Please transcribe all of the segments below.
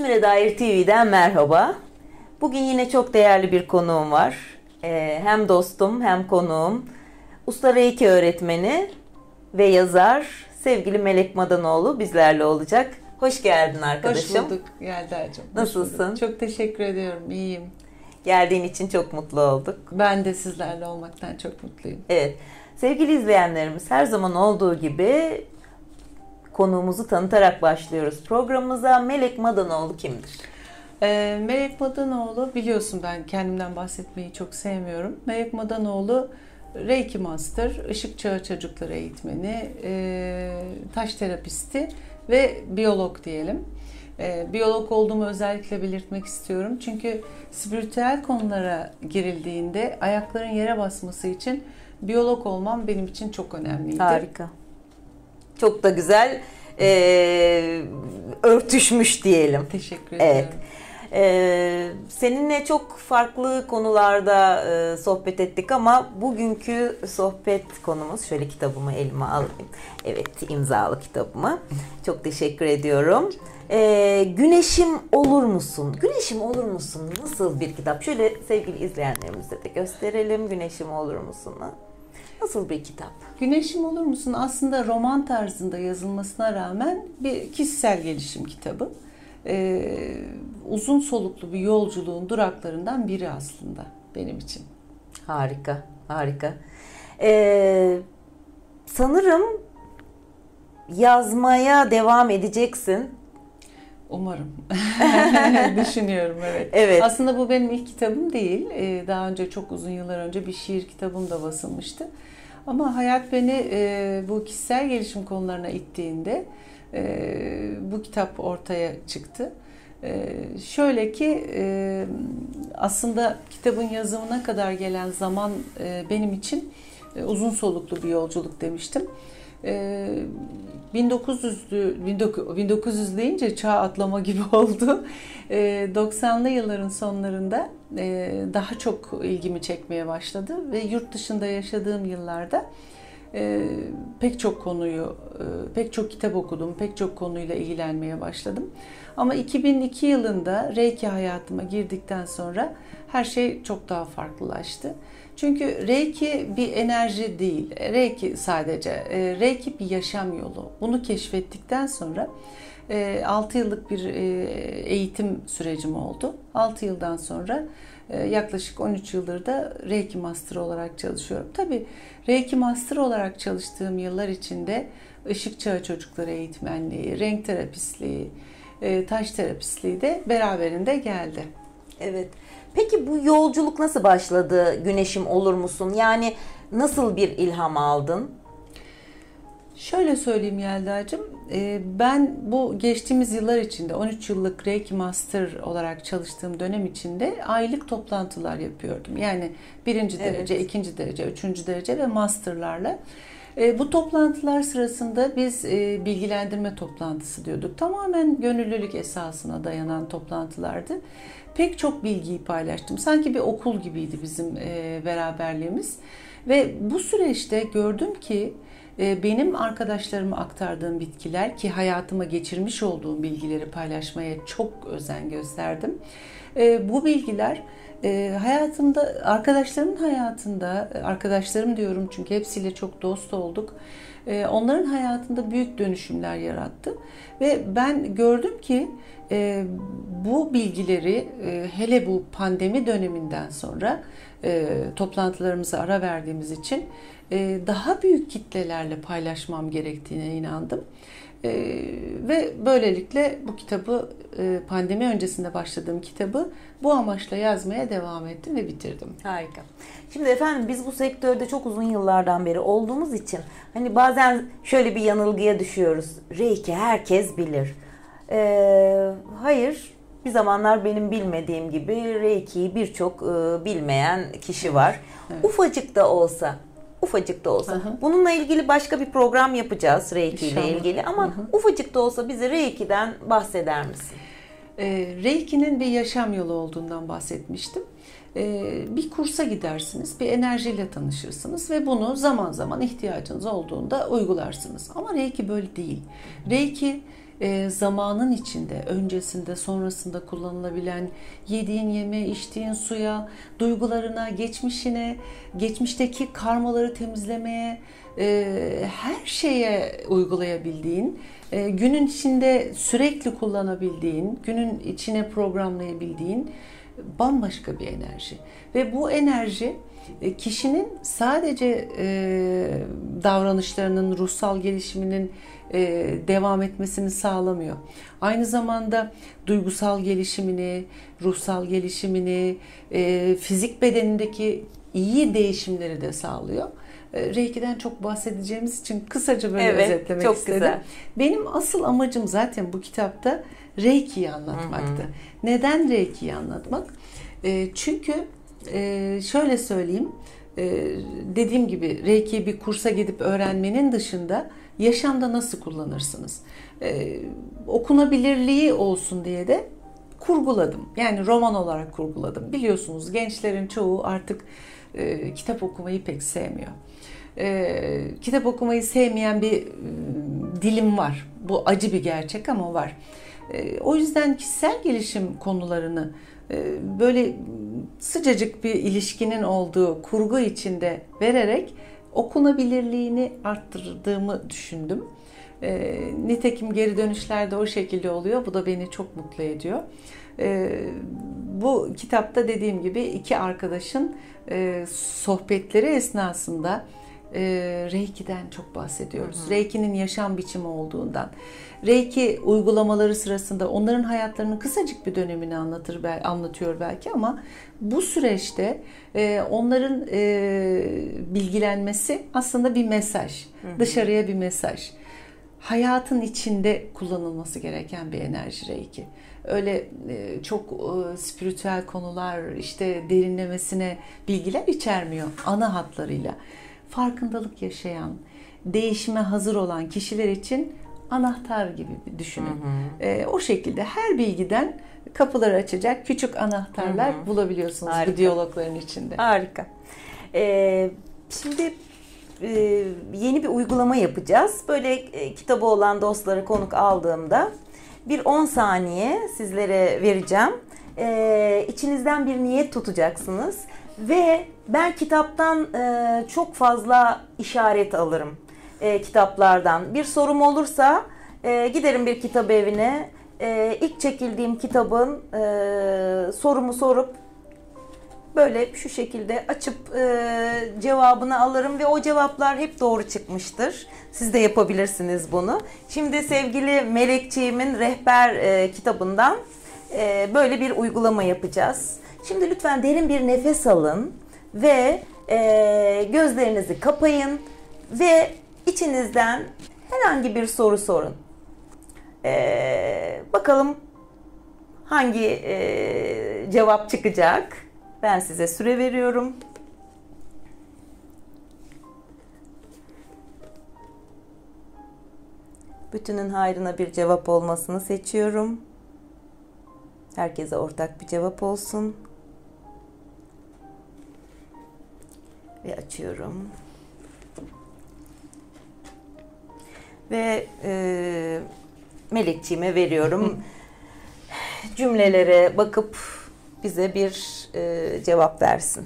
Ömre Dair TV'den merhaba. Bugün yine çok değerli bir konuğum var. Hem dostum hem konuğum. Usta Reiki öğretmeni ve yazar sevgili Melek Madanoğlu bizlerle olacak. Hoş geldin arkadaşım. Hoş bulduk Yelda'cığım. Nasılsın? Çok teşekkür ediyorum. İyiyim. Geldiğin için çok mutlu olduk. Ben de sizlerle olmaktan çok mutluyum. Evet. Sevgili izleyenlerimiz, her zaman olduğu gibi konuğumuzu tanıtarak başlıyoruz programımıza. Melek Madanoğlu kimdir? Melek Madanoğlu, biliyorsun ben kendimden bahsetmeyi çok sevmiyorum. Melek Madanoğlu Reiki Master, Işık Çağı Çocukları eğitmeni, taş terapisti ve biyolog diyelim. Biyolog olduğumu özellikle belirtmek istiyorum. Çünkü spiritüel konulara girildiğinde ayakların yere basması için biyolog olmam benim için çok önemliydi. Harika. Çok da güzel örtüşmüş diyelim. Teşekkür ederim. Evet. Seninle çok farklı konularda sohbet ettik ama bugünkü sohbet konumuz, şöyle kitabımı elime alayım. Evet, imzalı kitabımı. Çok teşekkür ediyorum. Güneşim olur musun? Güneşim olur musun? Nasıl bir kitap? Şöyle sevgili izleyenlerimize de gösterelim. Güneşim olur musun'u. Nasıl bir kitap? Güneşim olur musun? Aslında roman tarzında yazılmasına rağmen bir kişisel gelişim kitabı. Uzun soluklu bir yolculuğun duraklarından biri aslında benim için. Harika, harika. Sanırım yazmaya devam edeceksin. Umarım. Düşünüyorum, evet. Evet. Aslında bu benim ilk kitabım değil. Daha önce, çok uzun yıllar önce bir şiir kitabım da basılmıştı. Ama hayat beni bu kişisel gelişim konularına ittiğinde bu kitap ortaya çıktı. Şöyle ki aslında kitabın yazımına kadar gelen zaman benim için uzun soluklu bir yolculuk demiştim. 1900 deyince çağ atlama gibi oldu. 90'lı yılların sonlarında daha çok ilgimi çekmeye başladı ve yurt dışında yaşadığım yıllarda pek çok konuyu, pek çok kitap okudum, pek çok konuyla ilgilenmeye başladım. Ama 2002 yılında Reiki hayatıma girdikten sonra her şey çok daha farklılaştı. Çünkü Reiki bir enerji değil, Reiki sadece, Reiki bir yaşam yolu. Bunu keşfettikten sonra 6 yıllık bir eğitim sürecim oldu. 6 yıldan sonra yaklaşık 13 yıldır da Reiki Master olarak çalışıyorum. Tabii Reiki Master olarak çalıştığım yıllar içinde Işık Çağı Çocukları eğitmenliği, renk terapistliği, taş terapistliği de beraberinde geldi. Evet. Peki bu yolculuk nasıl başladı? Güneşim olur musun? Yani nasıl bir ilham aldın? Şöyle söyleyeyim Yelda'cığım, ben bu geçtiğimiz yıllar içinde 13 yıllık Reiki Master olarak çalıştığım dönem içinde aylık toplantılar yapıyordum. Yani birinci derece, Evet. ikinci derece, üçüncü derece ve masterlarla. Bu toplantılar sırasında biz bilgilendirme toplantısı diyorduk. Tamamen gönüllülük esasına dayanan toplantılardı. Pek çok bilgiyi paylaştım. Sanki bir okul gibiydi bizim beraberliğimiz. Ve bu süreçte gördüm ki benim arkadaşlarıma aktardığım bitkiler, ki hayatıma geçirmiş olduğum bilgileri paylaşmaya çok özen gösterdim. Bu bilgiler hayatımda, arkadaşlarımın hayatında, arkadaşlarım diyorum çünkü hepsiyle çok dost olduk. Onların hayatında büyük dönüşümler yarattı. Ve ben gördüm ki bu bilgileri hele bu pandemi döneminden sonra toplantılarımıza ara verdiğimiz için daha büyük kitlelerle paylaşmam gerektiğine inandım. Ve böylelikle bu kitabı, pandemi öncesinde başladığım kitabı bu amaçla yazmaya devam ettim ve bitirdim. Harika. Şimdi efendim, biz bu sektörde çok uzun yıllardan beri olduğumuz için hani bazen şöyle bir yanılgıya düşüyoruz. Reiki herkes bilir. Hayır. Bir zamanlar benim bilmediğim gibi Reiki'yi birçok bilmeyen kişi var. Evet. Ufacık da olsa. Hı hı. Bununla ilgili başka bir program yapacağız, Reiki ile ilgili, ama ufacık da olsa bize Reiki'den bahseder misin? Reiki'nin bir yaşam yolu olduğundan bahsetmiştim. Bir kursa gidersiniz, bir enerjiyle tanışırsınız ve bunu zaman zaman ihtiyacınız olduğunda uygularsınız. Ama Reiki böyle değil. Reiki zamanın içinde, öncesinde, sonrasında kullanılabilen, yediğin yeme, içtiğin suya, duygularına, geçmişine, geçmişteki karmaları temizlemeye, her şeye uygulayabildiğin, günün içinde sürekli kullanabildiğin, günün içine programlayabildiğin bambaşka bir enerji. Ve bu enerji kişinin sadece davranışlarının, ruhsal gelişiminin devam etmesini sağlamıyor. Aynı zamanda duygusal gelişimini, ruhsal gelişimini, fizik bedenindeki iyi değişimleri de sağlıyor. Reiki'den çok bahsedeceğimiz için kısaca böyle özetlemek çok istedim. Güzel. Benim asıl amacım zaten bu kitapta Reiki'yi anlatmaktı. Neden Reiki'yi anlatmak? Çünkü şöyle söyleyeyim, dediğim gibi Reiki'yi bir kursa gidip öğrenmenin dışında yaşamda nasıl kullanırsınız? Okunabilirliği olsun diye de kurguladım. Yani roman olarak kurguladım. Biliyorsunuz gençlerin çoğu artık kitap okumayı pek sevmiyor. Kitap okumayı sevmeyen bir dilim var. Bu acı bir gerçek ama var. O yüzden kişisel gelişim konularını böyle sıcacık bir ilişkinin olduğu kurgu içinde vererek okunabilirliğini arttırdığımı düşündüm. Nitekim geri dönüşler de o şekilde oluyor. Bu da beni çok mutlu ediyor. Bu kitapta dediğim gibi iki arkadaşın sohbetleri esnasında Reiki'den çok bahsediyoruz. Reiki'nin yaşam biçimi olduğundan. Reiki uygulamaları sırasında onların hayatlarının kısacık bir dönemini anlatıyor belki ama bu süreçte onların bilgilenmesi aslında bir mesaj. Dışarıya bir mesaj. Hayatın içinde kullanılması gereken bir enerji Reiki. Öyle çok spiritüel konular, işte derinlemesine bilgiler içermiyor ana hatlarıyla. Farkındalık yaşayan, değişime hazır olan kişiler için anahtar gibi düşünün. O şekilde her bilgiden kapıları açacak küçük anahtarlar bulabiliyorsunuz bu diyalogların içinde. Harika. Şimdi yeni bir uygulama yapacağız. Böyle kitabı olan dostları konuk aldığımda bir 10 saniye sizlere vereceğim. İçinizden bir niyet tutacaksınız. Ve ben kitaptan çok fazla işaret alırım. Kitaplardan. Bir sorum olursa giderim bir kitap evine. İlk çekildiğim kitabın sorumu sorup böyle şu şekilde açıp cevabını alırım ve o cevaplar hep doğru çıkmıştır. Siz de yapabilirsiniz bunu. Şimdi sevgili Melekçiğimin rehber kitabından böyle bir uygulama yapacağız. Şimdi lütfen derin bir nefes alın ve gözlerinizi kapayın ve içinizden herhangi bir soru sorun. Bakalım hangi cevap çıkacak? Ben size süre veriyorum. Bütünün hayrına bir cevap olmasını seçiyorum. Herkese ortak bir cevap olsun. Ve açıyorum. Ve Melekçiğime veriyorum. Cümlelere bakıp bize bir cevap versin.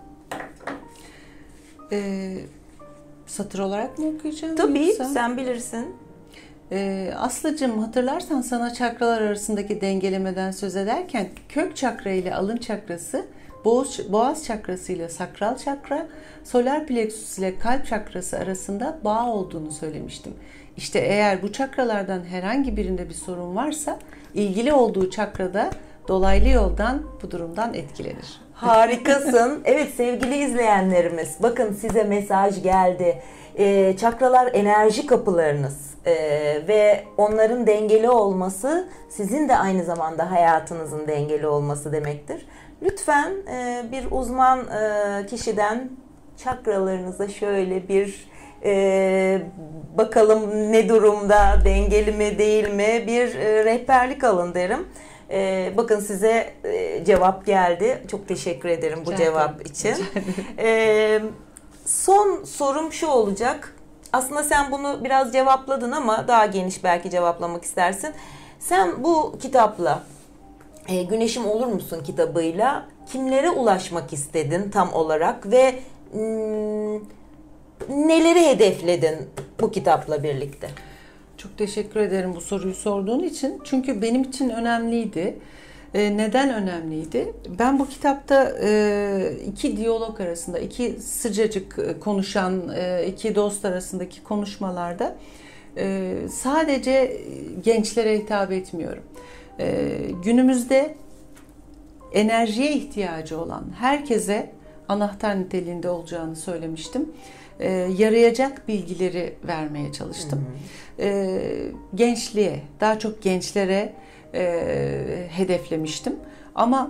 Satır olarak mı okuyacağım? Tabii, sen bilirsin. Aslıcığım, hatırlarsan sana çakralar arasındaki dengelemeden söz ederken kök çakra ile alın çakrası, boğaz çakrası ile sakral çakra, solar plexus ile kalp çakrası arasında bağ olduğunu söylemiştim. İşte eğer bu çakralardan herhangi birinde bir sorun varsa ilgili olduğu çakrada dolaylı yoldan bu durumdan etkilenir. Harikasın. Evet sevgili izleyenlerimiz, bakın size mesaj geldi. Çakralar enerji kapılarınız ve onların dengeli olması sizin de aynı zamanda hayatınızın dengeli olması demektir. Lütfen bir uzman kişiden çakralarınıza şöyle bir bakalım ne durumda, dengeli mi değil mi bir rehberlik alın derim. Bakın size cevap geldi. Çok teşekkür ederim bu cevap için. Son sorum şu olacak. aslında sen bunu biraz cevapladın ama daha geniş belki cevaplamak istersin. Sen bu kitapla, Güneşim Olur Musun kitabıyla kimlere ulaşmak istedin tam olarak ve neleri hedefledin bu kitapla birlikte? Çok teşekkür ederim bu soruyu sorduğun için. Çünkü benim için önemliydi. Neden önemliydi? Ben bu kitapta iki diyalog arasında, iki sıcacık konuşan iki dost arasındaki konuşmalarda sadece gençlere hitap etmiyorum. Günümüzde enerjiye ihtiyacı olan herkese anahtar niteliğinde olacağını söylemiştim. Yarayacak bilgileri vermeye çalıştım. Gençliğe, daha çok gençlere hedeflemiştim. Ama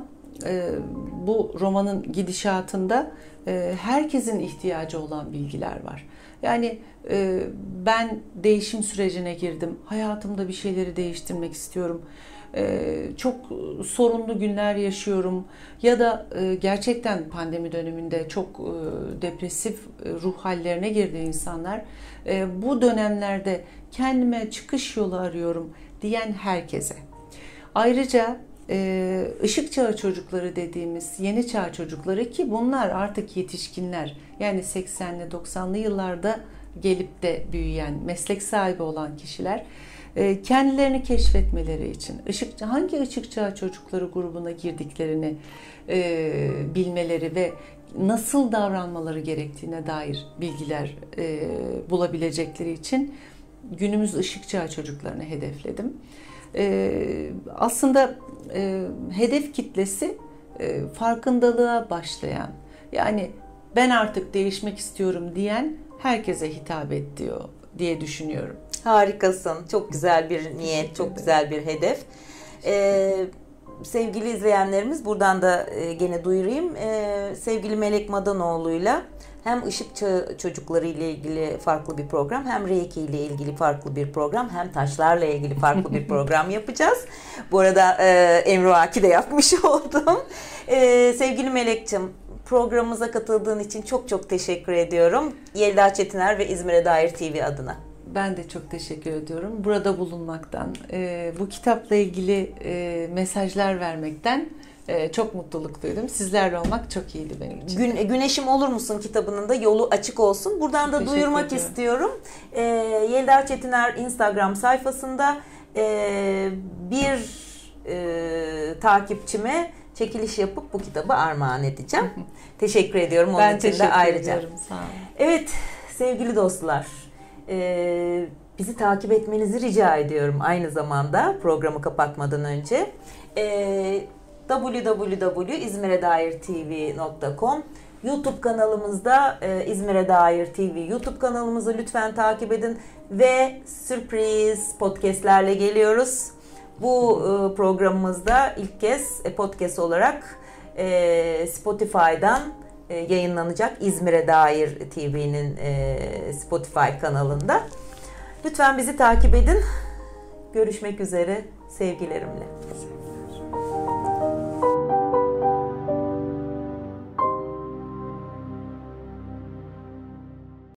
bu romanın gidişatında herkesin ihtiyacı olan bilgiler var. Yani ben değişim sürecine girdim. Hayatımda bir şeyleri değiştirmek istiyorum. Çok sorunlu günler yaşıyorum ya da gerçekten pandemi döneminde çok depresif ruh hallerine girdi insanlar. Bu dönemlerde kendime çıkış yolu arıyorum diyen herkese. Ayrıca ışık çağı çocukları dediğimiz yeni çağ çocukları, ki bunlar artık yetişkinler, yani 80'li 90'lı yıllarda gelip de büyüyen, meslek sahibi olan kişiler, kendilerini keşfetmeleri için hangi ışık çağı çocukları grubuna girdiklerini bilmeleri ve nasıl davranmaları gerektiğine dair bilgiler bulabilecekleri için günümüz ışık çağı çocuklarını hedefledim. Aslında hedef kitlesi farkındalığa başlayan, yani ben artık değişmek istiyorum diyen herkese hitap ediyor diye düşünüyorum. Harikasın. Çok güzel bir niyet, çok güzel bir hedef. Sevgili izleyenlerimiz, buradan da gene duyurayım. Sevgili Melek Madanoğlu'yla hem ışık çağı çocukları ile ilgili farklı bir program, hem Reiki ile ilgili farklı bir program, hem taşlarla ilgili farklı bir program yapacağız. Bu arada emrivaki de yapmış oldum. Sevgili Melek'cim, programımıza katıldığın için çok çok teşekkür ediyorum. Yelda Çetiner ve İzmir'e Dair TV adına. Ben de çok teşekkür ediyorum. Burada bulunmaktan, bu kitapla ilgili mesajlar vermekten çok mutluluk duydum. Sizlerle olmak çok iyiydi benim için. Güneşim Olur Musun kitabının da yolu açık olsun. Buradan da duyurmak istiyorum. Yelda Çetiner Instagram sayfasında bir takipçime çekiliş yapıp bu kitabı armağan edeceğim. Teşekkür ediyorum onun ben için de ayrıca. Ederim, sağ olun. Evet, sevgili dostlar, bizi takip etmenizi rica ediyorum aynı zamanda programı kapatmadan önce. www.izmiredairtv.com YouTube kanalımızda İzmir'e Dair TV YouTube kanalımızı lütfen takip edin ve sürpriz podcastlerle geliyoruz. Bu programımızda ilk kez podcast olarak Spotify'dan yayınlanacak, İzmir'e Dair TV'nin Spotify kanalında. Lütfen bizi takip edin. Görüşmek üzere sevgilerimle.